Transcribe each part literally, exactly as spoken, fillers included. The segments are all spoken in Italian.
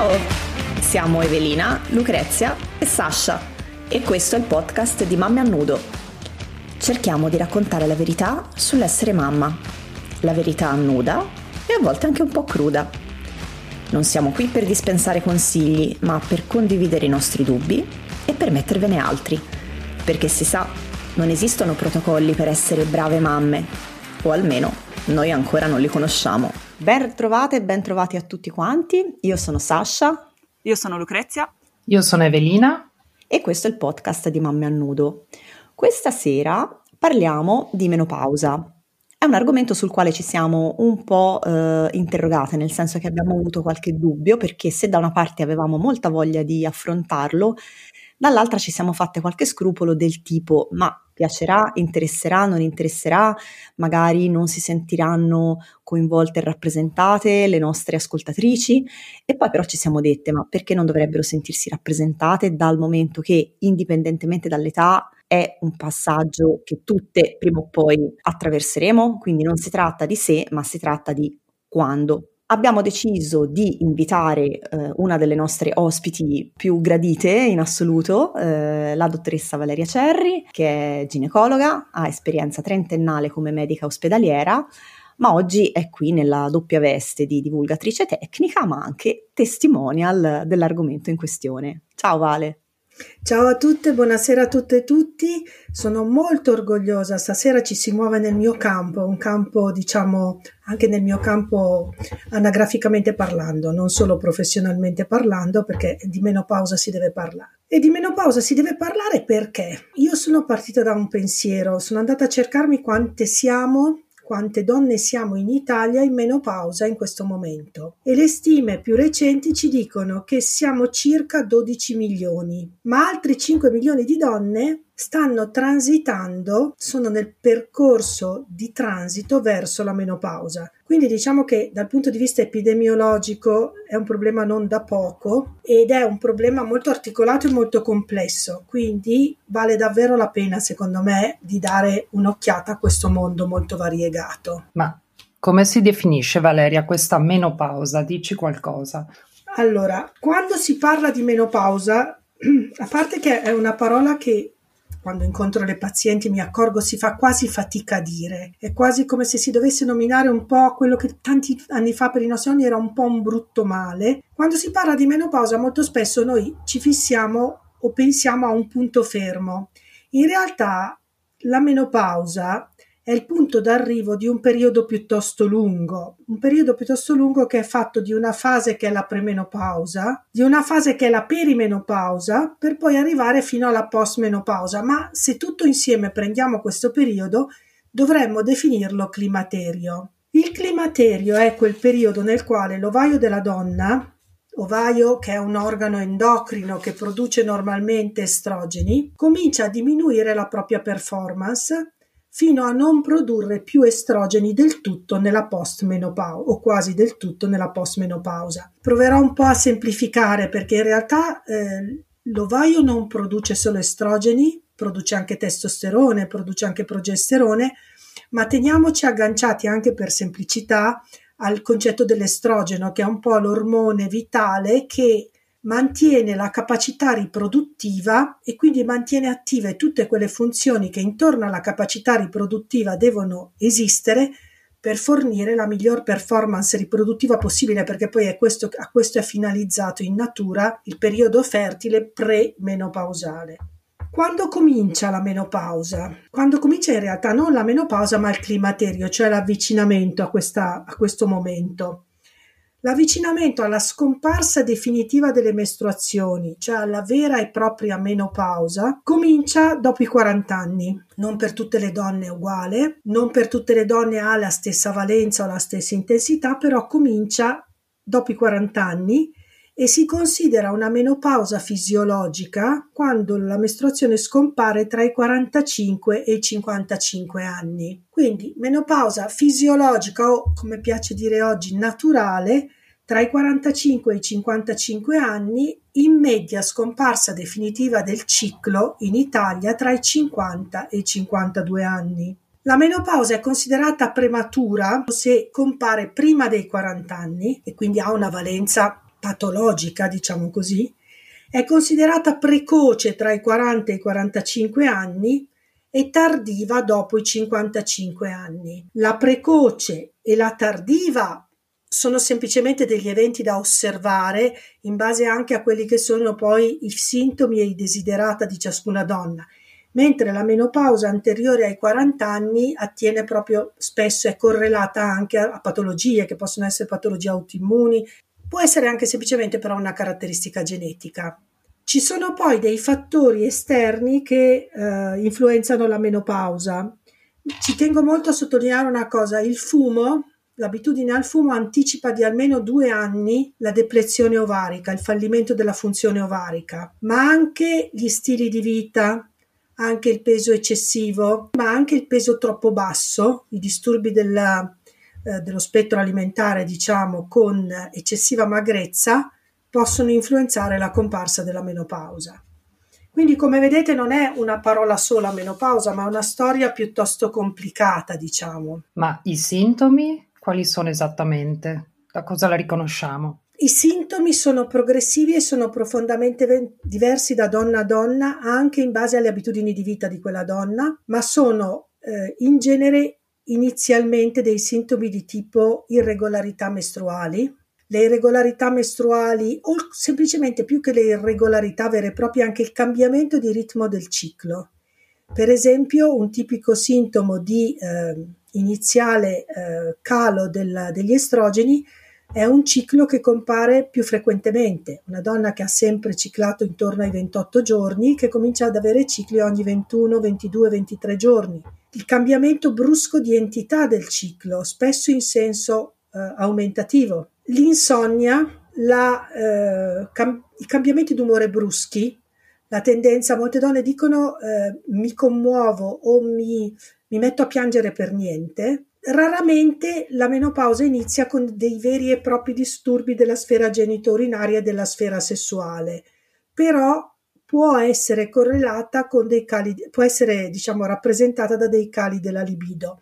Ciao, siamo Evelina, Lucrezia e Sasha e questo è il podcast di Mamme a Nudo. Cerchiamo di raccontare la verità sull'essere mamma, la verità nuda e a volte anche un po' cruda. Non siamo qui per dispensare consigli, ma per condividere i nostri dubbi e per mettervene altri, perché si sa, non esistono protocolli per essere brave mamme, o almeno noi ancora non li conosciamo. Ben trovate e ben trovati a tutti quanti, io sono Sasha. Io sono Lucrezia. Io sono Evelina. E questo è il podcast di Mamme a Nudo. Questa sera parliamo di menopausa. È un argomento sul quale ci siamo un po' eh, interrogate, nel senso che abbiamo avuto qualche dubbio, perché se da una parte avevamo molta voglia di affrontarlo, dall'altra ci siamo fatte qualche scrupolo del tipo: ma piacerà, interesserà, non interesserà, magari non si sentiranno coinvolte e rappresentate le nostre ascoltatrici, e poi però ci siamo dette: ma perché non dovrebbero sentirsi rappresentate, dal momento che, indipendentemente dall'età, è un passaggio che tutte prima o poi attraverseremo, quindi non si tratta di se, ma si tratta di quando. Abbiamo deciso di invitare eh, una delle nostre ospiti più gradite in assoluto, eh, la dottoressa Valeria Cerri, che è ginecologa, ha esperienza trentennale come medica ospedaliera, ma oggi è qui nella doppia veste di divulgatrice tecnica, ma anche testimonial dell'argomento in questione. Ciao Vale! Ciao a tutte, buonasera a tutte e tutti. Sono molto orgogliosa, stasera ci si muove nel mio campo, un campo diciamo anche nel mio campo anagraficamente parlando, non solo professionalmente parlando, perché di menopausa si deve parlare. E di menopausa si deve parlare perché io sono partita da un pensiero, sono andata a cercarmi quante siamo, quante donne siamo in Italia in menopausa in questo momento, e le stime più recenti ci dicono che siamo circa dodici milioni, ma altri cinque milioni di donne stanno transitando, sono nel percorso di transito verso la menopausa. Quindi diciamo che dal punto di vista epidemiologico è un problema non da poco ed è un problema molto articolato e molto complesso, quindi vale davvero la pena, secondo me, di dare un'occhiata a questo mondo molto variegato. Ma come si definisce, Valeria, questa menopausa? Dici qualcosa. Allora, quando si parla di menopausa, a parte che è una parola che quando incontro le pazienti mi accorgo si fa quasi fatica a dire, è quasi come se si dovesse nominare un po' quello che tanti anni fa per i nostri nonni era un po' un brutto male. Quando si parla di menopausa molto spesso noi ci fissiamo o pensiamo a un punto fermo. In realtà la menopausa è il punto d'arrivo di un periodo piuttosto lungo, un periodo piuttosto lungo che è fatto di una fase che è la premenopausa, di una fase che è la perimenopausa, per poi arrivare fino alla postmenopausa. Ma se tutto insieme prendiamo questo periodo, dovremmo definirlo climaterio. Il climaterio è quel periodo nel quale l'ovaio della donna, ovaio che è un organo endocrino che produce normalmente estrogeni, comincia a diminuire la propria performance fino a non produrre più estrogeni del tutto nella postmenopausa o quasi del tutto nella postmenopausa. Proverò un po' a semplificare, perché in realtà eh, l'ovaio non produce solo estrogeni, produce anche testosterone, produce anche progesterone, ma teniamoci agganciati anche per semplicità al concetto dell'estrogeno, che è un po' l'ormone vitale che mantiene la capacità riproduttiva e quindi mantiene attive tutte quelle funzioni che intorno alla capacità riproduttiva devono esistere per fornire la miglior performance riproduttiva possibile, perché poi è questo, a questo è finalizzato in natura il periodo fertile pre-menopausale. Quando comincia la menopausa? Quando comincia in realtà non la menopausa ma il climaterio, cioè l'avvicinamento a, questa, a questo momento. L'avvicinamento alla scomparsa definitiva delle mestruazioni, cioè alla vera e propria menopausa, comincia dopo i quaranta anni. Non per tutte le donne è uguale, non per tutte le donne ha la stessa valenza o la stessa intensità, però comincia dopo i quaranta anni e si considera una menopausa fisiologica quando la mestruazione scompare tra i quarantacinque e i cinquantacinque anni. Quindi menopausa fisiologica o, come piace dire oggi, naturale, tra i quarantacinque e i cinquantacinque anni, in media scomparsa definitiva del ciclo in Italia tra i cinquanta e i cinquantadue anni. La menopausa è considerata prematura se compare prima dei quaranta anni e quindi ha una valenza patologica, diciamo così, è considerata precoce tra i quaranta e i quarantacinque anni e tardiva dopo i cinquantacinque anni. La precoce e la tardiva sono semplicemente degli eventi da osservare in base anche a quelli che sono poi i sintomi e i desiderata di ciascuna donna, mentre la menopausa anteriore ai quaranta anni attiene proprio, spesso è correlata anche a, a patologie che possono essere patologie autoimmuni, può essere anche semplicemente però una caratteristica genetica. Ci sono poi dei fattori esterni che eh, influenzano la menopausa. Ci tengo molto a sottolineare una cosa: il fumo, l'abitudine al fumo anticipa di almeno due anni la deplezione ovarica, il fallimento della funzione ovarica, ma anche gli stili di vita, anche il peso eccessivo, ma anche il peso troppo basso, i disturbi della, eh, dello spettro alimentare, diciamo, con eccessiva magrezza, possono influenzare la comparsa della menopausa. Quindi, come vedete, non è una parola sola menopausa, ma una storia piuttosto complicata, diciamo. Ma i sintomi quali sono esattamente? Da cosa la riconosciamo? I sintomi sono progressivi e sono profondamente diversi da donna a donna, anche in base alle abitudini di vita di quella donna, ma sono eh, in genere inizialmente dei sintomi di tipo irregolarità mestruali. Le irregolarità mestruali, o semplicemente più che le irregolarità vere e proprie, anche il cambiamento di ritmo del ciclo. Per esempio, un tipico sintomo di eh, iniziale eh, calo del, degli estrogeni è un ciclo che compare più frequentemente. Una donna che ha sempre ciclato intorno ai ventotto giorni, che comincia ad avere cicli ogni ventuno, ventidue, ventitré giorni. Il cambiamento brusco di entità del ciclo, spesso in senso eh, aumentativo. L'insonnia, la, eh, cam- i cambiamenti d'umore bruschi, la tendenza, molte donne dicono eh, mi commuovo o mi, mi metto a piangere per niente. Raramente la menopausa inizia con dei veri e propri disturbi della sfera genitourinaria e della sfera sessuale, però può essere correlata con dei cali, può essere, diciamo, rappresentata da dei cali della libido.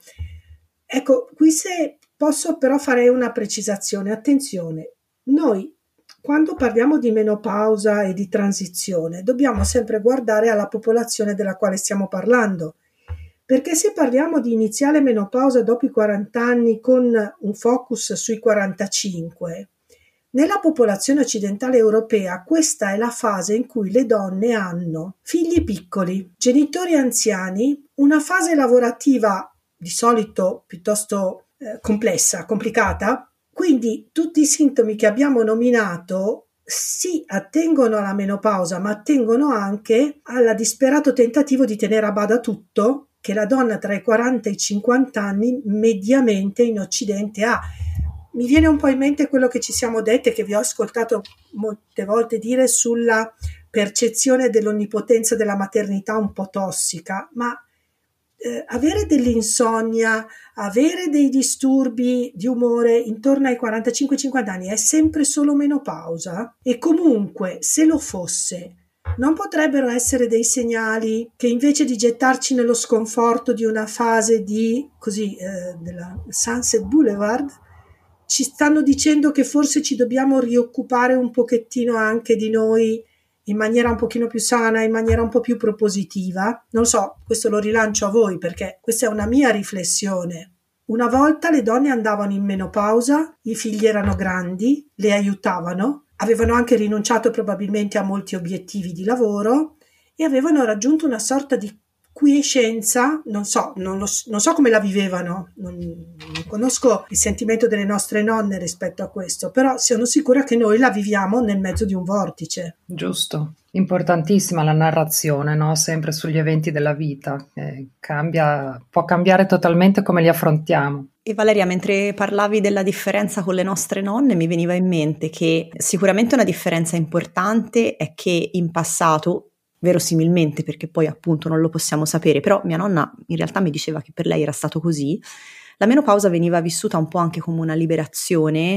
Ecco, qui se posso però fare una precisazione, attenzione, noi quando parliamo di menopausa e di transizione dobbiamo sempre guardare alla popolazione della quale stiamo parlando, perché se parliamo di iniziale menopausa dopo i quaranta anni con un focus sui quarantacinque, nella popolazione occidentale europea questa è la fase in cui le donne hanno figli piccoli, genitori anziani, una fase lavorativa di solito piuttosto eh, complessa, complicata, quindi tutti i sintomi che abbiamo nominato si attengono alla menopausa, ma attengono anche al disperato tentativo di tenere a bada tutto che la donna tra i quaranta e i cinquanta anni mediamente in Occidente ha. Mi viene un po' in mente quello che ci siamo dette, che vi ho ascoltato molte volte dire sulla percezione dell'onnipotenza della maternità un po' tossica, ma eh, avere dell'insonnia, avere dei disturbi di umore intorno ai quarantacinque cinquanta anni è sempre solo menopausa? E comunque, se lo fosse, non potrebbero essere dei segnali che invece di gettarci nello sconforto di una fase di così eh, della Sunset Boulevard, ci stanno dicendo che forse ci dobbiamo rioccupare un pochettino anche di noi in maniera un pochino più sana, in maniera un po' più propositiva? Non so, questo lo rilancio a voi perché questa è una mia riflessione. Una volta le donne andavano in menopausa, i figli erano grandi, le aiutavano, avevano anche rinunciato probabilmente a molti obiettivi di lavoro e avevano raggiunto una sorta di quiescenza, non so, non, lo, non so come la vivevano, non, non conosco il sentimento delle nostre nonne rispetto a questo, però sono sicura che noi la viviamo nel mezzo di un vortice. Giusto, importantissima la narrazione, no? Sempre sugli eventi della vita, eh, cambia, può cambiare totalmente come li affrontiamo. E Valeria, mentre parlavi della differenza con le nostre nonne, mi veniva in mente che sicuramente una differenza importante è che in passato, verosimilmente, perché poi appunto non lo possiamo sapere, però mia nonna in realtà mi diceva che per lei era stato così, la menopausa veniva vissuta un po' anche come una liberazione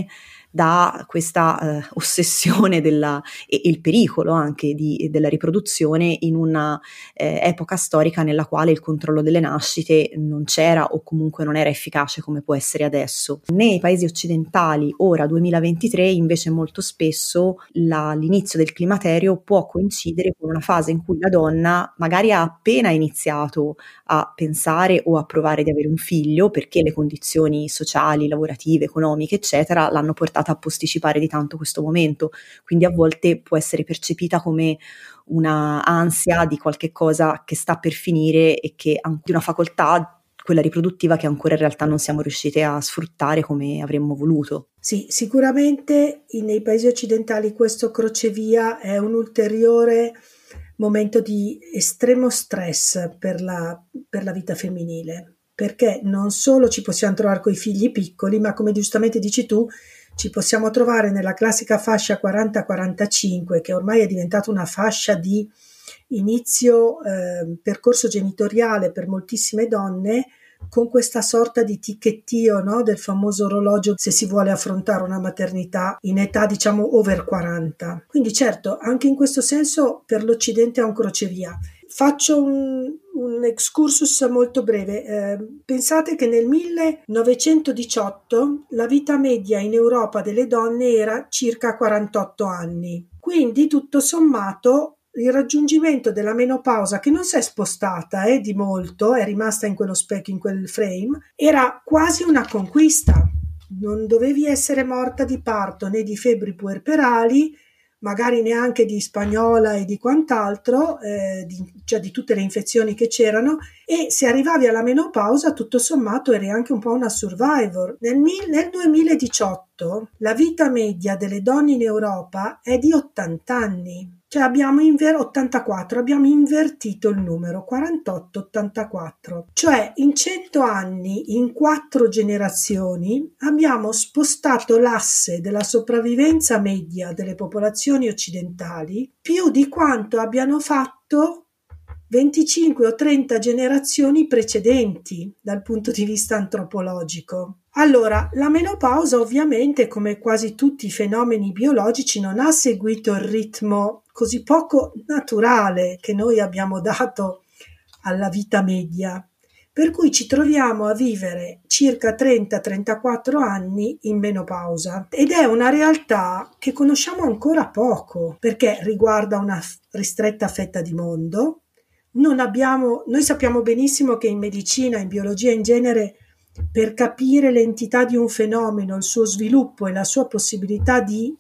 da questa eh, ossessione della, e, e il pericolo anche di, della riproduzione in una eh, epoca storica nella quale il controllo delle nascite non c'era o comunque non era efficace come può essere adesso. Nei paesi occidentali, ora duemilaventitré, invece molto spesso la, l'inizio del climaterio può coincidere con una fase in cui la donna magari ha appena iniziato a pensare o a provare di avere un figlio, perché le condizioni sociali, lavorative, economiche, eccetera, l'hanno portata a posticipare di tanto questo momento. Quindi a volte può essere percepita come una ansia di qualche cosa che sta per finire e che ha di una facoltà, quella riproduttiva, che ancora in realtà non siamo riuscite a sfruttare come avremmo voluto. Sì, sicuramente nei paesi occidentali questo crocevia è un ulteriore momento di estremo stress per la, per la vita femminile, perché non solo ci possiamo trovare con i figli piccoli, ma come giustamente dici tu, ci possiamo trovare nella classica fascia quaranta quarantacinque, che ormai è diventata una fascia di inizio eh, percorso genitoriale per moltissime donne, con questa sorta di ticchettio, no, del famoso orologio se si vuole affrontare una maternità in età diciamo over quaranta. Quindi certo, anche in questo senso per l'Occidente è un crocevia. Faccio un, un excursus molto breve. Eh, pensate che nel millenovecentodiciotto la vita media in Europa delle donne era circa quarantotto anni. Quindi tutto sommato il raggiungimento della menopausa, che non si è spostata eh, di molto, è rimasta in quello specchio, in quel frame, era quasi una conquista. Non dovevi essere morta di parto né di febbri puerperali, magari neanche di spagnola e di quant'altro, eh, di, cioè di tutte le infezioni che c'erano, e se arrivavi alla menopausa tutto sommato eri anche un po' una survivor. Nel, nel duemiladiciotto la vita media delle donne in Europa è di ottanta anni. Cioè abbiamo inver- ottantaquattro, abbiamo invertito il numero, quarantotto ottantaquattro. Cioè in cento anni, in quattro generazioni, abbiamo spostato l'asse della sopravvivenza media delle popolazioni occidentali più di quanto abbiano fatto venticinque o trenta generazioni precedenti dal punto di vista antropologico. Allora, la menopausa ovviamente, come quasi tutti i fenomeni biologici, non ha seguito il ritmo così poco naturale che noi abbiamo dato alla vita media, per cui ci troviamo a vivere circa trenta trentaquattro anni in menopausa, ed è una realtà che conosciamo ancora poco perché riguarda una ristretta fetta di mondo. Non abbiamo, noi sappiamo benissimo che in medicina, in biologia in genere, per capire l'entità di un fenomeno, il suo sviluppo e la sua possibilità di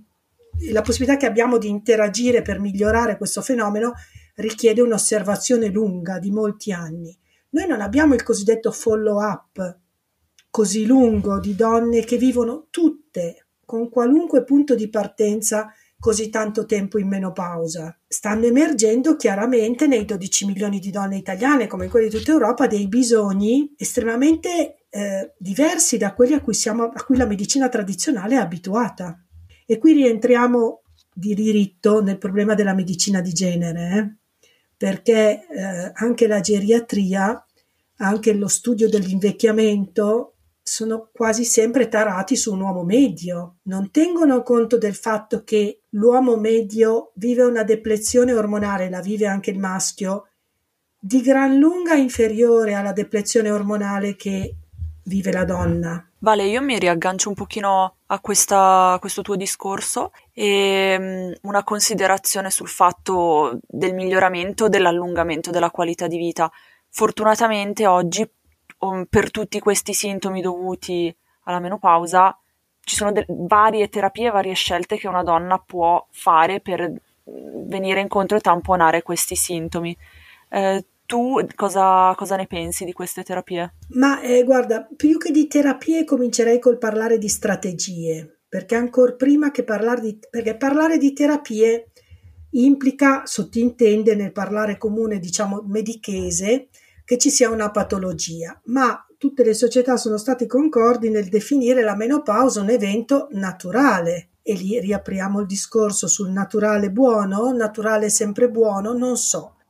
la possibilità che abbiamo di interagire per migliorare questo fenomeno richiede un'osservazione lunga di molti anni. Noi non abbiamo il cosiddetto follow up così lungo di donne che vivono tutte con qualunque punto di partenza così tanto tempo in menopausa. Stanno emergendo chiaramente nei dodici milioni di donne italiane, come in quelle di tutta Europa, dei bisogni estremamente eh, diversi da quelli a cui, siamo, a cui la medicina tradizionale è abituata. E qui rientriamo di diritto nel problema della medicina di genere, eh? perché eh, anche la geriatria, anche lo studio dell'invecchiamento sono quasi sempre tarati su un uomo medio. Non tengono conto del fatto che l'uomo medio vive una deplezione ormonale, la vive anche il maschio, di gran lunga inferiore alla deplezione ormonale che vive la donna. Vale, io mi riaggancio un pochino a, questa, a questo tuo discorso e um, una considerazione sul fatto del miglioramento, dell'allungamento della qualità di vita. Fortunatamente oggi um, per tutti questi sintomi dovuti alla menopausa ci sono de- varie terapie, varie scelte che una donna può fare per venire incontro e tamponare questi sintomi. Eh, Tu cosa, cosa ne pensi di queste terapie? Ma eh, guarda, più che di terapie comincerei col parlare di strategie, perché ancora prima che parlare di, perché parlare di terapie implica, sottintende nel parlare comune, diciamo medichese, che ci sia una patologia, ma tutte le società sono state concordi nel definire la menopausa un evento naturale. E lì riapriamo il discorso sul naturale buono, naturale sempre buono, non so.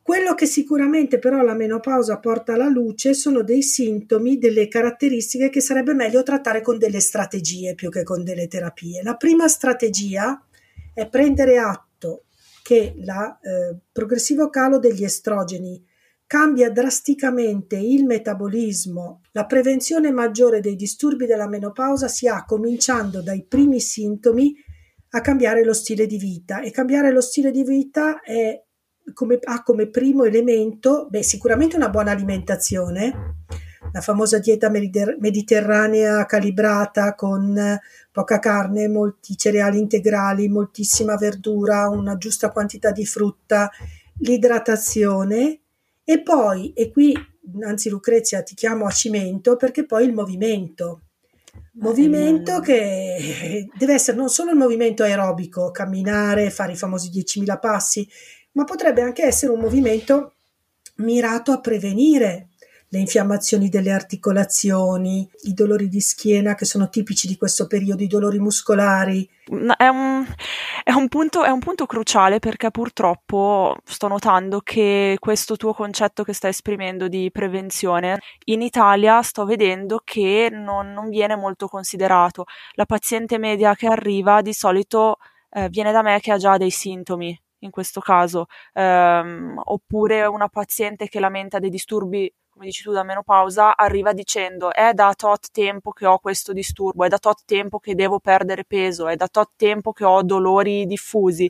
Quello che sicuramente però la menopausa porta alla luce sono dei sintomi, delle caratteristiche che sarebbe meglio trattare con delle strategie più che con delle terapie. La prima strategia è prendere atto che il eh, progressivo calo degli estrogeni cambia drasticamente il metabolismo. La prevenzione maggiore dei disturbi della menopausa si ha cominciando dai primi sintomi a cambiare lo stile di vita, e cambiare lo stile di vita è Come, ha come primo elemento beh, sicuramente una buona alimentazione, la famosa dieta mediter- mediterranea calibrata con poca carne, molti cereali integrali, moltissima verdura, una giusta quantità di frutta, l'idratazione e poi, e qui anzi Lucrezia ti chiamo a cimento, perché poi il movimento. Movimento che deve essere non solo il movimento aerobico, camminare, fare i famosi diecimila passi, ma potrebbe anche essere un movimento mirato a prevenire le infiammazioni delle articolazioni, i dolori di schiena che sono tipici di questo periodo, i dolori muscolari. È un, è un punto, è un punto cruciale, perché purtroppo sto notando che questo tuo concetto che stai esprimendo di prevenzione in Italia sto vedendo che non, non viene molto considerato. La paziente media che arriva di solito eh, viene da me che ha già dei sintomi, in questo caso, ehm, oppure una paziente che lamenta dei disturbi, come dici tu, da menopausa, arriva dicendo è da tot tempo che ho questo disturbo, è da tot tempo che devo perdere peso, è da tot tempo che ho dolori diffusi.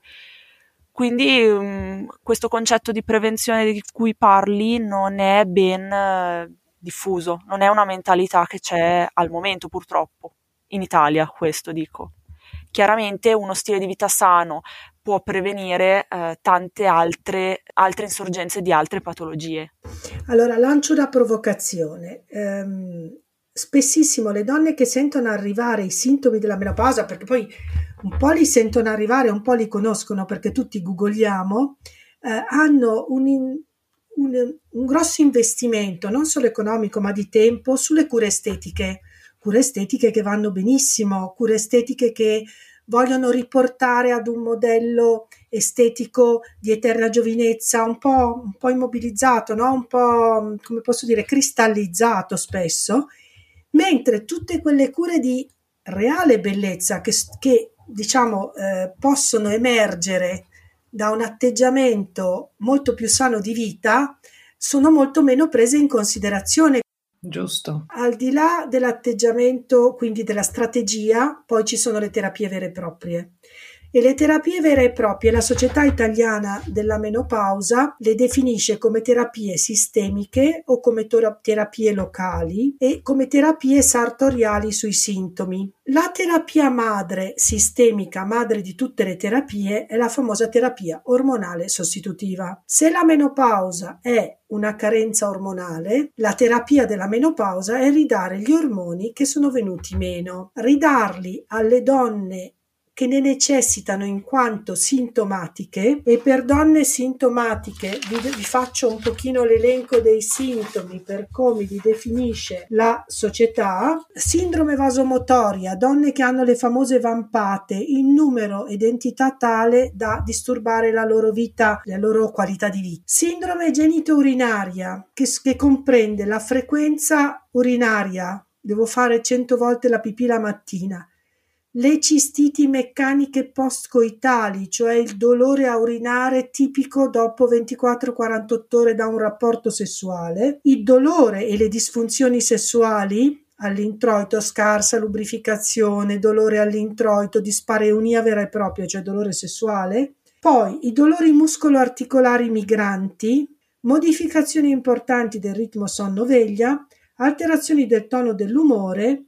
Quindi um, questo concetto di prevenzione di cui parli non è ben uh, diffuso, non è una mentalità che c'è al momento, purtroppo, in Italia, questo dico. Chiaramente uno stile di vita sano può prevenire eh, tante altre, altre insorgenze di altre patologie. Allora, lancio una provocazione. Ehm, spessissimo le donne che sentono arrivare i sintomi della menopausa, perché poi un po' li sentono arrivare, un po' li conoscono perché tutti googliamo, eh, hanno un, in, un, un grosso investimento, non solo economico ma di tempo, sulle cure estetiche. Cure estetiche che vanno benissimo, cure estetiche che vogliono riportare ad un modello estetico di eterna giovinezza, un po', un po' immobilizzato, no? Un po', come posso dire, cristallizzato spesso, mentre tutte quelle cure di reale bellezza che, che diciamo eh, possono emergere da un atteggiamento molto più sano di vita sono molto meno prese in considerazione. Giusto. Al di là dell'atteggiamento, quindi della strategia, poi ci sono le terapie vere e proprie. E le terapie vere e proprie, la Società Italiana della Menopausa le definisce come terapie sistemiche o come terapie locali e come terapie sartoriali sui sintomi. La terapia madre sistemica, madre di tutte le terapie, è la famosa terapia ormonale sostitutiva. Se la menopausa è una carenza ormonale, la terapia della menopausa è ridare gli ormoni che sono venuti meno, ridarli alle donne che ne necessitano in quanto sintomatiche. E per donne sintomatiche vi, vi faccio un pochino l'elenco dei sintomi per come li definisce la società. Sindrome vasomotoria, donne che hanno le famose vampate in numero ed entità tale da disturbare la loro vita, la loro qualità di vita. Sindrome genitourinaria, che, che comprende la frequenza urinaria, devo fare cento volte la pipì la mattina, le cistiti meccaniche postcoitali, cioè il dolore a urinare tipico dopo ventiquattro quarantotto ore da un rapporto sessuale, il dolore e le disfunzioni sessuali all'introito, scarsa lubrificazione, dolore all'introito, dispareunia vera e propria, cioè dolore sessuale, poi i dolori muscolo-articolari migranti, modificazioni importanti del ritmo sonno-veglia, alterazioni del tono dell'umore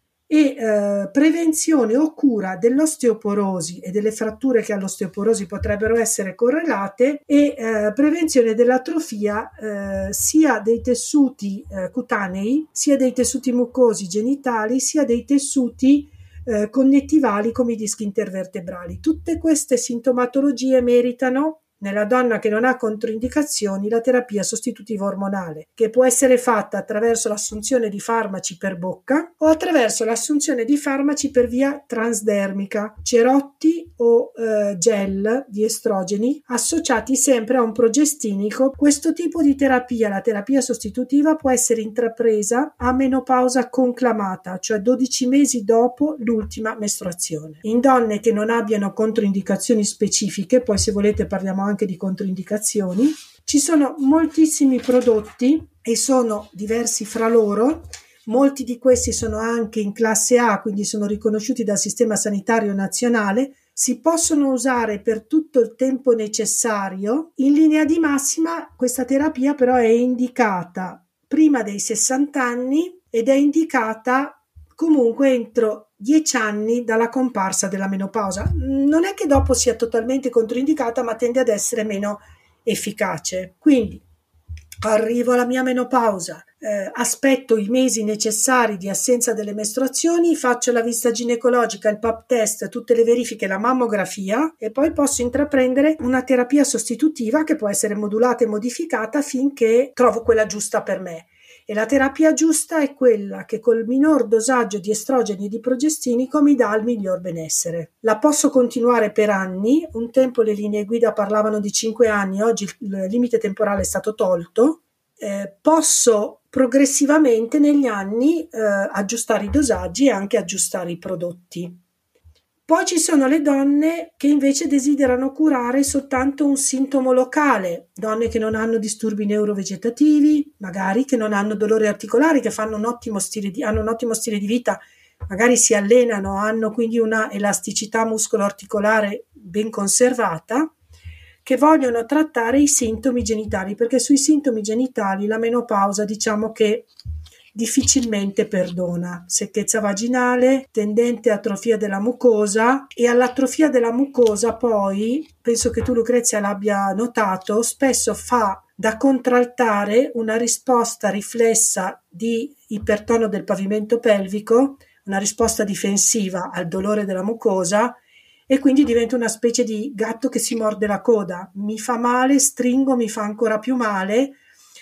e eh, prevenzione o cura dell'osteoporosi e delle fratture che all'osteoporosi potrebbero essere correlate e eh, prevenzione dell'atrofia eh, sia dei tessuti eh, cutanei, sia dei tessuti mucosi genitali, sia dei tessuti eh, connettivali come i dischi intervertebrali. Tutte queste sintomatologie meritano nella donna che non ha controindicazioni la terapia sostitutiva ormonale, che può essere fatta attraverso l'assunzione di farmaci per bocca o attraverso l'assunzione di farmaci per via transdermica, cerotti o eh, gel di estrogeni associati sempre a un progestinico. Questo tipo di terapia, la terapia sostitutiva, può essere intrapresa a menopausa conclamata, cioè dodici mesi dopo l'ultima mestruazione. In donne che non abbiano controindicazioni specifiche, poi se volete parliamo anche di controindicazioni, ci sono moltissimi prodotti e sono diversi fra loro. Molti di questi sono anche in classe A, quindi sono riconosciuti dal Sistema Sanitario Nazionale, si possono usare per tutto il tempo necessario. In linea di massima questa terapia però è indicata prima dei sessanta anni ed è indicata comunque entro dieci anni dalla comparsa della menopausa. Non è che dopo sia totalmente controindicata, ma tende ad essere meno efficace. Quindi arrivo alla mia menopausa, eh, aspetto i mesi necessari di assenza delle mestruazioni, faccio la visita ginecologica, il pap test, tutte le verifiche, la mammografia e poi posso intraprendere una terapia sostitutiva che può essere modulata e modificata finché trovo quella giusta per me. E la terapia giusta è quella che col minor dosaggio di estrogeni e di progestinico mi dà il miglior benessere. La posso continuare per anni, un tempo le linee guida parlavano di cinque anni, oggi il limite temporale è stato tolto. Eh, posso progressivamente negli anni eh, aggiustare i dosaggi e anche aggiustare i prodotti. Poi ci sono le donne che invece desiderano curare soltanto un sintomo locale, donne che non hanno disturbi neurovegetativi, magari che non hanno dolori articolari, che fanno un ottimo stile di, hanno un ottimo stile di vita, magari si allenano, hanno quindi una elasticità muscolo-articolare ben conservata, che vogliono trattare i sintomi genitali, perché sui sintomi genitali la menopausa diciamo che difficilmente perdona. Secchezza vaginale, tendente atrofia della mucosa, e all'atrofia della mucosa poi, penso che tu Lucrezia l'abbia notato, spesso fa da contraltare una risposta riflessa di ipertono del pavimento pelvico, una risposta difensiva al dolore della mucosa, e quindi diventa una specie di gatto che si morde la coda. Mi fa male, stringo, mi fa ancora più male.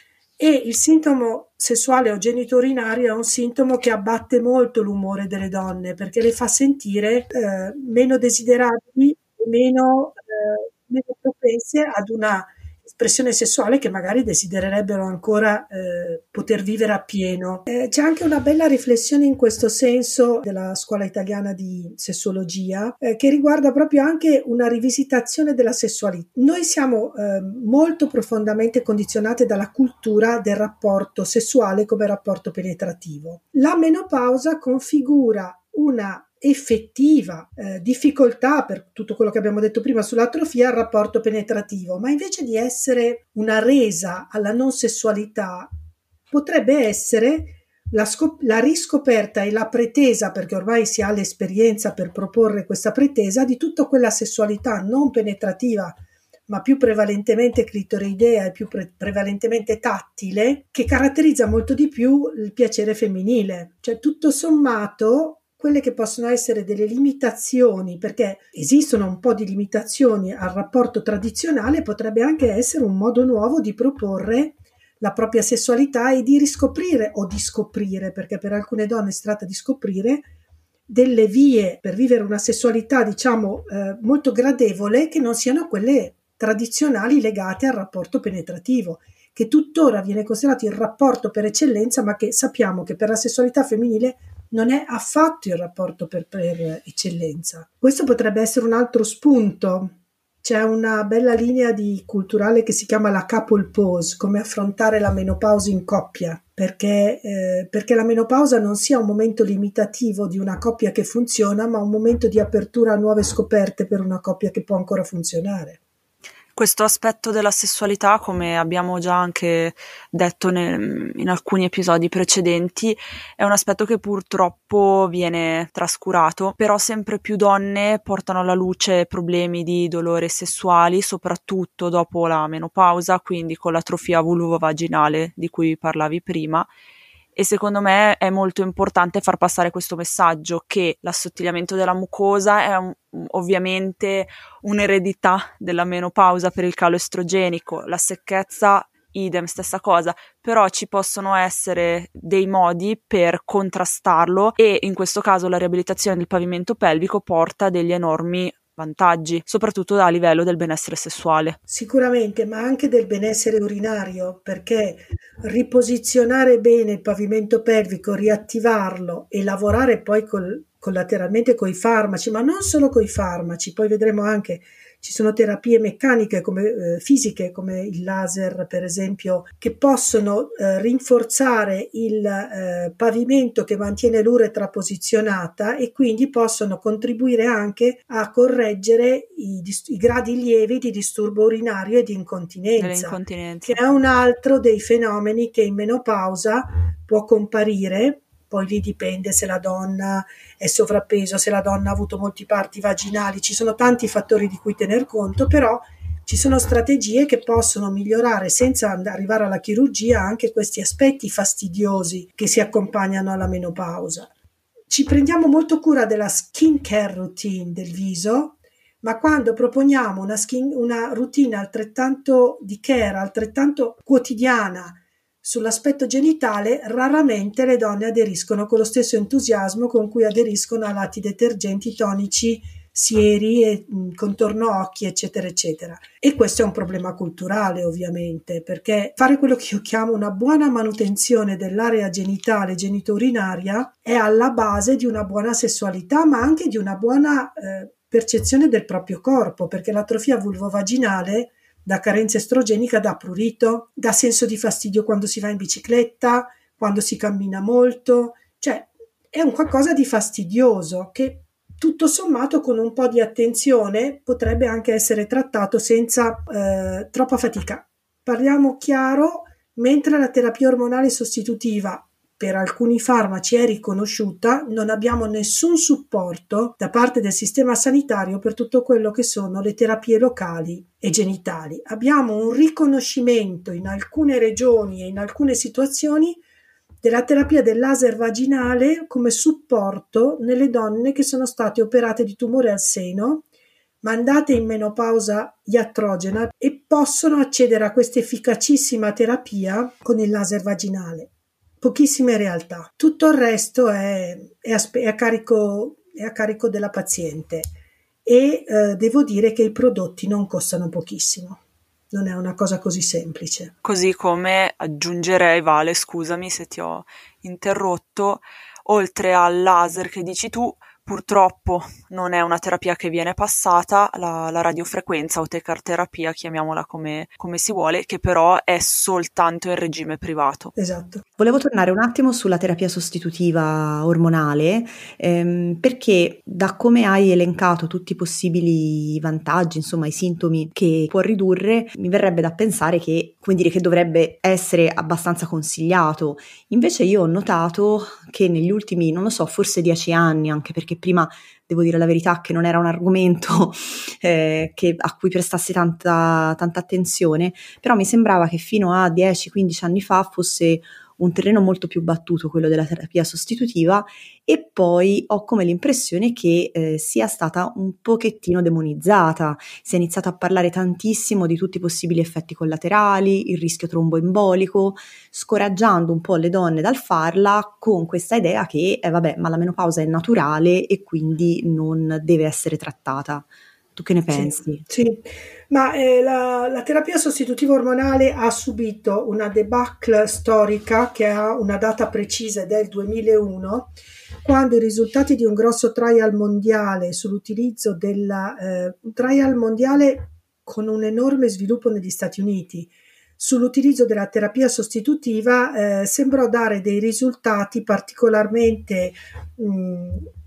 E il sintomo sessuale o geniturinario è un sintomo che abbatte molto l'umore delle donne, perché le fa sentire eh, meno desiderabili e meno, eh, meno propense ad una espressione sessuale che magari desidererebbero ancora eh, poter vivere appieno. Eh, c'è anche una bella riflessione in questo senso della scuola italiana di sessologia eh, che riguarda proprio anche una rivisitazione della sessualità. Noi siamo eh, molto profondamente condizionate dalla cultura del rapporto sessuale come rapporto penetrativo. La menopausa configura una effettiva eh, difficoltà, per tutto quello che abbiamo detto prima sull'atrofia, al rapporto penetrativo, ma invece di essere una resa alla non sessualità potrebbe essere la, scop- la riscoperta e la pretesa, perché ormai si ha l'esperienza per proporre questa pretesa, di tutta quella sessualità non penetrativa ma più prevalentemente clitoridea e più pre- prevalentemente tattile, che caratterizza molto di più il piacere femminile. Cioè tutto sommato quelle che possono essere delle limitazioni, perché esistono un po' di limitazioni al rapporto tradizionale, potrebbe anche essere un modo nuovo di proporre la propria sessualità e di riscoprire o di scoprire, perché per alcune donne si tratta di scoprire delle vie per vivere una sessualità, diciamo, eh, molto gradevole, che non siano quelle tradizionali legate al rapporto penetrativo, che tuttora viene considerato il rapporto per eccellenza, ma che sappiamo che per la sessualità femminile non è affatto il rapporto per, per eccellenza. Questo potrebbe essere un altro spunto. C'è una bella linea di culturale che si chiama la couple pause, come affrontare la menopausa in coppia, perché, eh, perché la menopausa non sia un momento limitativo di una coppia che funziona, ma un momento di apertura a nuove scoperte per una coppia che può ancora funzionare. Questo aspetto della sessualità, come abbiamo già anche detto nel, in alcuni episodi precedenti, è un aspetto che purtroppo viene trascurato, però sempre più donne portano alla luce problemi di dolore sessuali, soprattutto dopo la menopausa, quindi con l'atrofia vulvovaginale di cui parlavi prima, e secondo me è molto importante far passare questo messaggio che l'assottigliamento della mucosa è un, ovviamente un'eredità della menopausa per il calo estrogenico, la secchezza idem, stessa cosa, però ci possono essere dei modi per contrastarlo e in questo caso la riabilitazione del pavimento pelvico porta degli enormi vantaggi, soprattutto a livello del benessere sessuale. Sicuramente, ma anche del benessere urinario, perché riposizionare bene il pavimento pelvico, riattivarlo e lavorare poi col, collateralmente con i farmaci, ma non solo con i farmaci, poi vedremo anche ci sono terapie meccaniche come eh, fisiche come il laser per esempio che possono eh, rinforzare il eh, pavimento che mantiene l'uretra posizionata e quindi possono contribuire anche a correggere i, i gradi lievi di disturbo urinario e di incontinenza, che è un altro dei fenomeni che in menopausa può comparire. Poi lì dipende se la donna è sovrappeso, se la donna ha avuto molti parti vaginali, ci sono tanti fattori di cui tener conto, però ci sono strategie che possono migliorare senza arrivare alla chirurgia anche questi aspetti fastidiosi che si accompagnano alla menopausa. Ci prendiamo molto cura della skin care routine del viso, ma quando proponiamo una, skin, una routine altrettanto di care, altrettanto quotidiana, sull'aspetto genitale, raramente le donne aderiscono con lo stesso entusiasmo con cui aderiscono a lati detergenti, tonici, sieri e mh, contorno occhi, eccetera, eccetera. E questo è un problema culturale, ovviamente, perché fare quello che io chiamo una buona manutenzione dell'area genitale genitourinaria è alla base di una buona sessualità, ma anche di una buona eh, percezione del proprio corpo, perché l'atrofia vulvovaginale da carenza estrogenica dà prurito, dà senso di fastidio quando si va in bicicletta, quando si cammina molto, cioè è un qualcosa di fastidioso che tutto sommato con un po' di attenzione potrebbe anche essere trattato senza eh, troppa fatica. Parliamo chiaro, mentre la terapia ormonale sostitutiva per alcuni farmaci è riconosciuta, non abbiamo nessun supporto da parte del sistema sanitario per tutto quello che sono le terapie locali e genitali. Abbiamo un riconoscimento in alcune regioni e in alcune situazioni della terapia del laser vaginale come supporto nelle donne che sono state operate di tumore al seno, mandate in menopausa iatrogena e possono accedere a questa efficacissima terapia con il laser vaginale. Pochissime realtà, tutto il resto è, è, a, è, a, carico, è a carico della paziente e eh, devo dire che i prodotti non costano pochissimo, non è una cosa così semplice. Così come aggiungerei, Vale, scusami se ti ho interrotto, oltre al laser che dici tu, purtroppo non è una terapia che viene passata, la, la radiofrequenza o tecarterapia, chiamiamola come, come si vuole, che però è soltanto in regime privato. Esatto. Volevo tornare un attimo sulla terapia sostitutiva ormonale, ehm, perché da come hai elencato tutti i possibili vantaggi, insomma i sintomi che può ridurre, mi verrebbe da pensare che, come dire, che dovrebbe essere abbastanza consigliato. Invece io ho notato che negli ultimi, non lo so, forse dieci anni, anche perché prima devo dire la verità che non era un argomento eh, che, a cui prestassi tanta, tanta attenzione, però mi sembrava che fino a dieci quindici anni fa fosse un terreno molto più battuto, quello della terapia sostitutiva, e poi ho come l'impressione che eh, sia stata un pochettino demonizzata. Si è iniziato a parlare tantissimo di tutti i possibili effetti collaterali, il rischio tromboembolico, scoraggiando un po' le donne dal farla con questa idea che, eh, vabbè, ma la menopausa è naturale e quindi non deve essere trattata. Tu che ne pensi? Sì, sì. Ma eh, la, la terapia sostitutiva ormonale ha subito una debacle storica che ha una data precisa ed è il duemilauno, quando i risultati di un grosso trial mondiale sull'utilizzo della eh, un trial mondiale con un enorme sviluppo negli Stati Uniti sull'utilizzo della terapia sostitutiva eh, sembrò dare dei risultati particolarmente mh,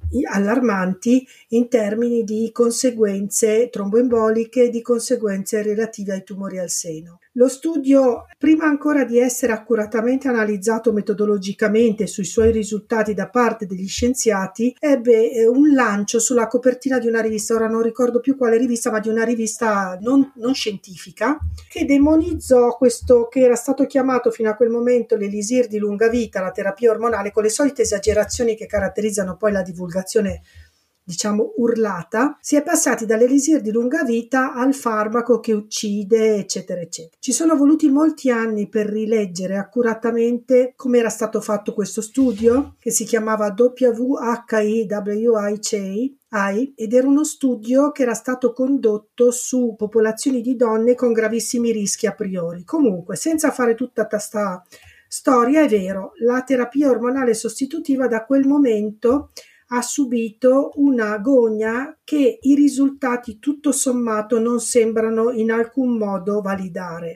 allarmanti in termini di conseguenze tromboemboliche e di conseguenze relative ai tumori al seno. Lo studio, prima ancora di essere accuratamente analizzato metodologicamente sui suoi risultati da parte degli scienziati, ebbe un lancio sulla copertina di una rivista, ora non ricordo più quale rivista, ma di una rivista non, non scientifica, che demonizzò questo che era stato chiamato fino a quel momento l'elisir di lunga vita, la terapia ormonale, con le solite esagerazioni che caratterizzano poi la divulgazione, diciamo, urlata. Si è passati dall'elisir di lunga vita al farmaco che uccide, eccetera, eccetera. Ci sono voluti molti anni per rileggere accuratamente come era stato fatto questo studio, che si chiamava W H I W I C ed era uno studio che era stato condotto su popolazioni di donne con gravissimi rischi a priori. Comunque, senza fare tutta questa storia, è vero, la terapia ormonale sostitutiva da quel momento ha subito una gogna che i risultati tutto sommato non sembrano in alcun modo validare.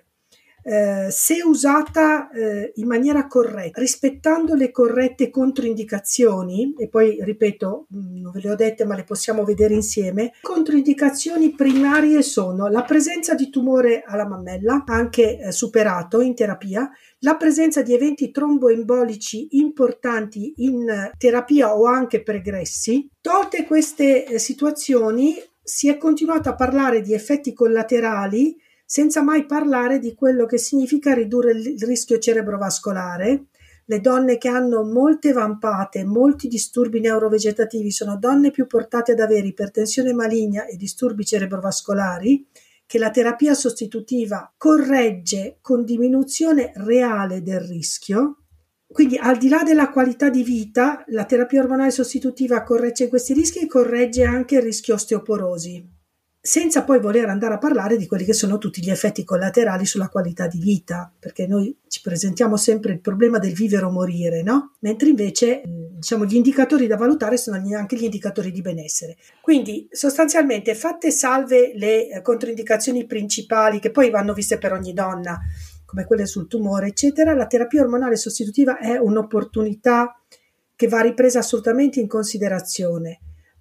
Eh, se usata eh, in maniera corretta, rispettando le corrette controindicazioni, e poi ripeto, non ve le ho dette ma le possiamo vedere insieme, controindicazioni primarie sono la presenza di tumore alla mammella, anche eh, superato in terapia, la presenza di eventi tromboembolici importanti in terapia o anche pregressi. Tolte queste eh, situazioni, si è continuato a parlare di effetti collaterali senza mai parlare di quello che significa ridurre il rischio cerebrovascolare. Le donne che hanno molte vampate, molti disturbi neurovegetativi, sono donne più portate ad avere ipertensione maligna e disturbi cerebrovascolari, che la terapia sostitutiva corregge con diminuzione reale del rischio. Quindi, al di là della qualità di vita, la terapia ormonale sostitutiva corregge questi rischi e corregge anche il rischio osteoporosi, senza poi voler andare a parlare di quelli che sono tutti gli effetti collaterali sulla qualità di vita, perché noi ci presentiamo sempre il problema del vivere o morire, no? Mentre invece, diciamo, gli indicatori da valutare sono anche gli indicatori di benessere. Quindi, sostanzialmente, fatte salve le controindicazioni principali, che poi vanno viste per ogni donna, come quelle sul tumore, eccetera, la terapia ormonale sostitutiva è un'opportunità che va ripresa assolutamente in considerazione.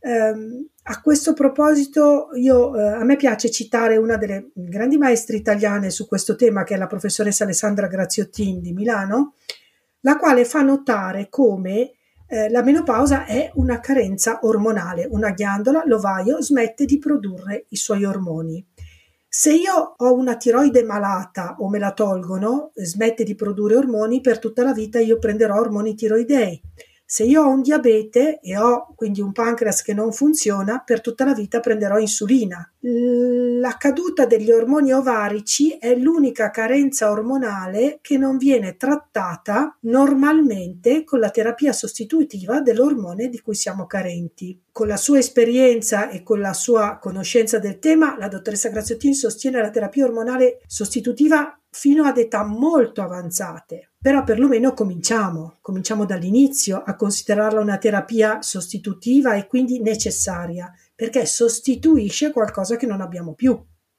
Um, a questo proposito io, uh, a me piace citare una delle grandi maestre italiane su questo tema, che è la professoressa Alessandra Graziottin di Milano, la quale fa notare come eh, la menopausa è una carenza ormonale, una ghiandola, l'ovaio, smette di produrre i suoi ormoni. Se io ho una tiroide malata o me la tolgono, smette di produrre ormoni, per tutta la vita io prenderò ormoni tiroidei. Se io ho un diabete e ho quindi un pancreas che non funziona, per tutta la vita prenderò insulina. La caduta degli ormoni ovarici è l'unica carenza ormonale che non viene trattata normalmente con la terapia sostitutiva dell'ormone di cui siamo carenti. Con la sua esperienza e con la sua conoscenza del tema, la dottoressa Graziottin sostiene la terapia ormonale sostitutiva fino ad età molto avanzate. Però perlomeno cominciamo, cominciamo dall'inizio a considerarla una terapia sostitutiva e quindi necessaria, perché sostituisce qualcosa che non abbiamo più.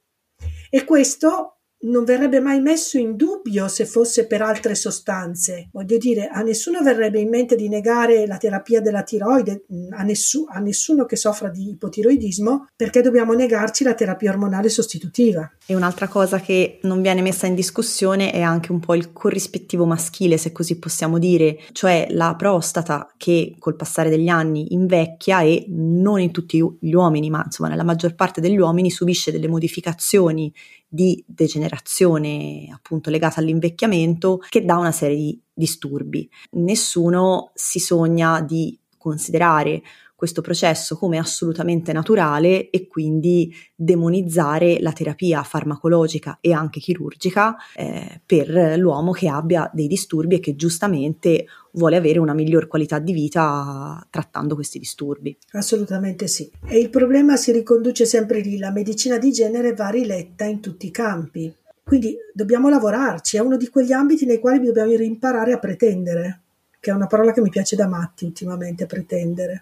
E questo non verrebbe mai messo in dubbio se fosse per altre sostanze. Voglio dire, a nessuno verrebbe in mente di negare la terapia della tiroide, a, nessu- a nessuno che soffra di ipotiroidismo, perché dobbiamo negarci la terapia ormonale sostitutiva. E un'altra cosa che non viene messa in discussione è anche un po' il corrispettivo maschile, se così possiamo dire, cioè la prostata che col passare degli anni invecchia e non in tutti gli uomini, ma insomma nella maggior parte degli uomini subisce delle modificazioni di degenerazione appunto legata all'invecchiamento che dà una serie di disturbi. Nessuno si sogna di considerare questo processo come assolutamente naturale e quindi demonizzare la terapia farmacologica e anche chirurgica eh, per l'uomo che abbia dei disturbi e che giustamente vuole avere una miglior qualità di vita trattando questi disturbi. Assolutamente sì. E il problema si riconduce sempre lì, la medicina di genere va riletta in tutti i campi. Quindi dobbiamo lavorarci, è uno di quegli ambiti nei quali dobbiamo imparare a pretendere, che è una parola che mi piace da matti ultimamente, pretendere.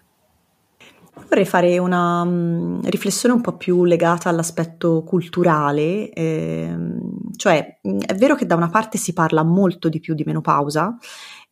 Vorrei fare una um, riflessione un po' più legata all'aspetto culturale, ehm, cioè è vero che da una parte si parla molto di più di menopausa,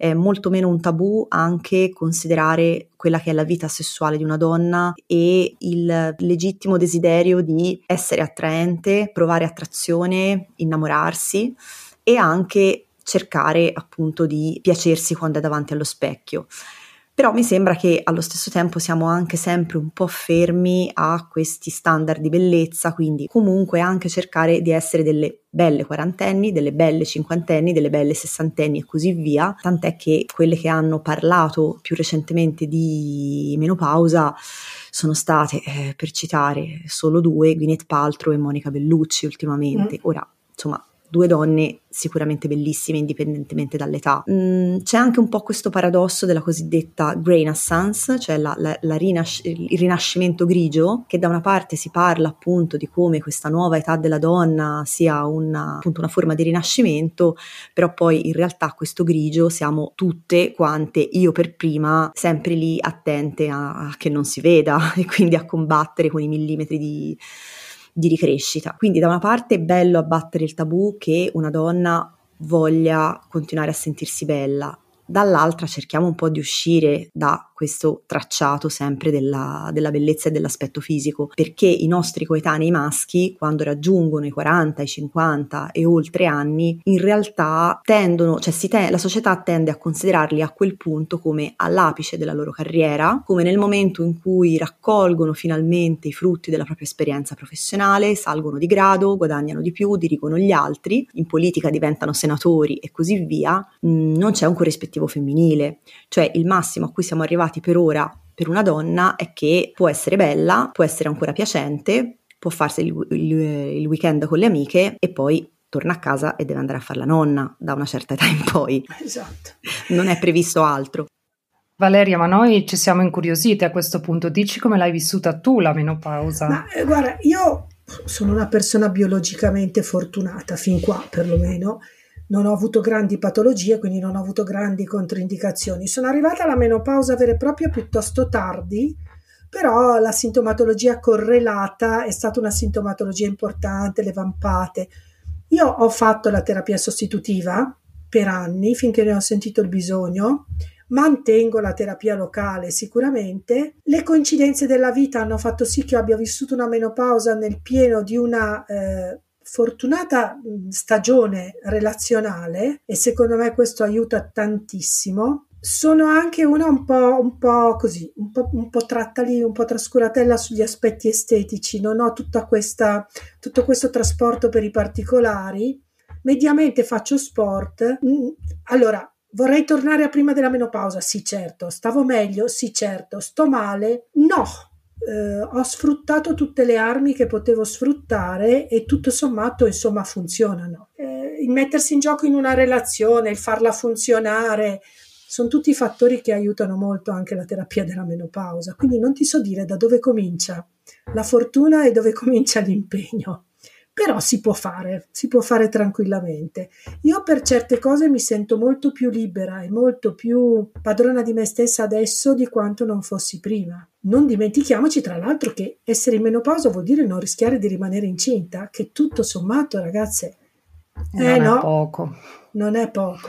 è molto meno un tabù anche considerare quella che è la vita sessuale di una donna e il legittimo desiderio di essere attraente, provare attrazione, innamorarsi e anche cercare appunto di piacersi quando è davanti allo specchio. Però mi sembra che allo stesso tempo siamo anche sempre un po' fermi a questi standard di bellezza, quindi comunque anche cercare di essere delle belle quarantenni, delle belle cinquantenni, delle belle sessantenni e così via, tant'è che quelle che hanno parlato più recentemente di menopausa sono state, eh, per citare solo due, Gwyneth Paltrow e Monica Bellucci ultimamente. Mm. Ora, insomma, due donne sicuramente bellissime indipendentemente dall'età. Mm, c'è anche un po' questo paradosso della cosiddetta Renaissance, cioè la, la, la rinasc- il rinascimento grigio, che da una parte si parla appunto di come questa nuova età della donna sia una, appunto una forma di rinascimento, però poi in realtà questo grigio siamo tutte quante, io per prima, sempre lì attente a, a che non si veda e quindi a combattere con i millimetri di di ricrescita. Quindi da una parte è bello abbattere il tabù che una donna voglia continuare a sentirsi bella, dall'altra cerchiamo un po' di uscire da questo tracciato sempre della, della bellezza e dell'aspetto fisico, perché i nostri coetanei maschi, quando raggiungono i quaranta, i cinquanta e oltre anni, in realtà tendono, cioè si te- la società tende a considerarli a quel punto come all'apice della loro carriera, come nel momento in cui raccolgono finalmente i frutti della propria esperienza professionale, salgono di grado, guadagnano di più, dirigono gli altri, in politica diventano senatori e così via. Mm, non c'è un corrispettivo femminile, cioè il massimo a cui siamo arrivati per ora per una donna è che può essere bella, può essere ancora piacente, può farsi il, il, il weekend con le amiche e poi torna a casa e deve andare a fare la nonna da una certa età in poi. Esatto. Non è previsto altro. Valeria, ma noi ci siamo incuriosite a questo punto, dici come l'hai vissuta tu la menopausa? Ma eh, guarda, io sono una persona biologicamente fortunata, fin qua perlomeno. Non ho avuto grandi patologie, quindi non ho avuto grandi controindicazioni. Sono arrivata alla menopausa vera e propria piuttosto tardi, però la sintomatologia correlata è stata una sintomatologia importante, le vampate. Io ho fatto la terapia sostitutiva per anni, finché ne ho sentito il bisogno. Mantengo la terapia locale sicuramente. Le coincidenze della vita hanno fatto sì che io abbia vissuto una menopausa nel pieno di una eh, fortunata stagione relazionale e secondo me questo aiuta tantissimo. Sono anche una un po', un po' così, un po', un po' tratta lì, un po' trascuratella sugli aspetti estetici, non ho tutta questa, tutto questo trasporto per i particolari. Mediamente faccio sport. Allora, vorrei tornare a prima della menopausa? Sì, certo. Stavo meglio? Sì, certo. Sto male? No. Eh, ho sfruttato tutte le armi che potevo sfruttare e tutto sommato insomma funzionano. Eh, il mettersi in gioco in una relazione, il farla funzionare, sono tutti fattori che aiutano molto anche la terapia della menopausa, quindi non ti so dire da dove comincia la fortuna e dove comincia l'impegno, però si può fare, si può fare tranquillamente. Io per certe cose mi sento molto più libera e molto più padrona di me stessa adesso di quanto non fossi prima. Non dimentichiamoci tra l'altro che essere in menopausa vuol dire non rischiare di rimanere incinta, che tutto sommato, ragazze, non eh è no, poco. Non è poco.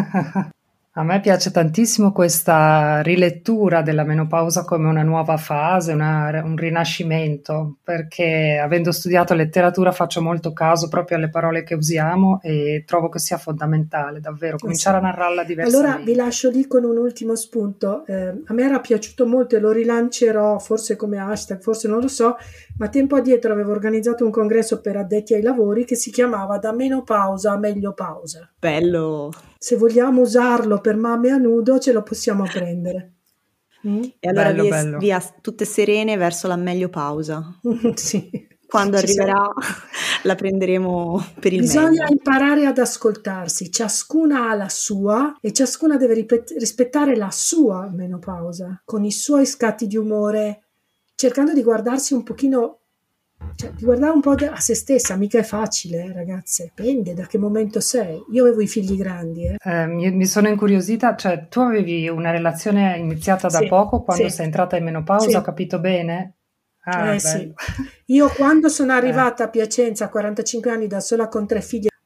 A me piace tantissimo questa rilettura della menopausa come una nuova fase, una, un rinascimento, perché avendo studiato letteratura faccio molto caso proprio alle parole che usiamo e trovo che sia fondamentale davvero cominciare a narrarla diversamente. Allora vi lascio lì con un ultimo spunto. Eh, a me era piaciuto molto e lo rilancerò forse come hashtag, forse non lo so, ma tempo addietro avevo organizzato un congresso per addetti ai lavori che si chiamava Da menopausa a meglio pausa. Bello! Se vogliamo usarlo per mamme a nudo ce lo possiamo prendere. Mm? E allora bello, via, bello. via tutte serene verso la meglio pausa. Sì. Quando Ci arriverà siamo. la prenderemo per il Bisogna meglio. imparare ad ascoltarsi, ciascuna ha la sua e ciascuna deve ripet- rispettare la sua menopausa, con i suoi scatti di umore, cercando di guardarsi un pochino, cioè di guardare un po' a se stessa. Mica è facile, eh, ragazze, dipende da che momento sei. Io avevo i figli grandi. Eh. Eh, mi, mi sono incuriosita, cioè tu avevi una relazione iniziata da Sì, poco quando sì. sei entrata in menopausa, Sì. ho capito bene? Ah, Eh, sì. Io quando sono arrivata eh. a Piacenza a quarantacinque anni da sola con tre figlie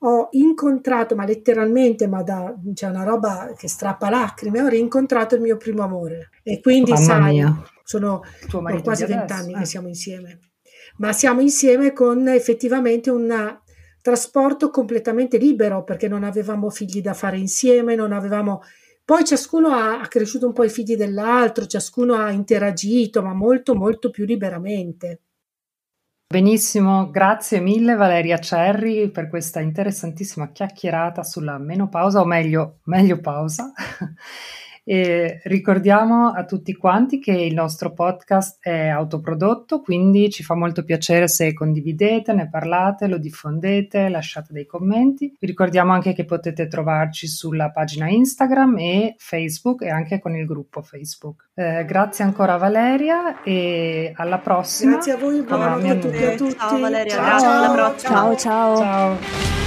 ho incontrato, ma letteralmente, ma da, c'è una roba che strappa lacrime, ho rincontrato il mio primo amore. E quindi, Mamma sai, mia. sono Tuo marito quasi di adesso, vent'anni eh. che siamo insieme. Ma siamo insieme con effettivamente un trasporto completamente libero, perché non avevamo figli da fare insieme, non avevamo... Poi ciascuno ha, ha cresciuto un po' i figli dell'altro, ciascuno ha interagito, ma molto molto più liberamente. Benissimo, grazie mille Valeria Cerri per questa interessantissima chiacchierata sulla menopausa, o meglio, meglio pausa. E ricordiamo a tutti quanti che il nostro podcast è autoprodotto, quindi ci fa molto piacere se condividete, ne parlate, lo diffondete, lasciate dei commenti. Vi ricordiamo anche che potete trovarci sulla pagina Instagram e Facebook e anche con il gruppo Facebook. Eh, grazie ancora Valeria e alla prossima. Grazie a voi, buonanotte a tutti e a tutti. Ciao Valeria, Ciao, grazie, alla ciao, prossima. Ciao ciao. Ciao.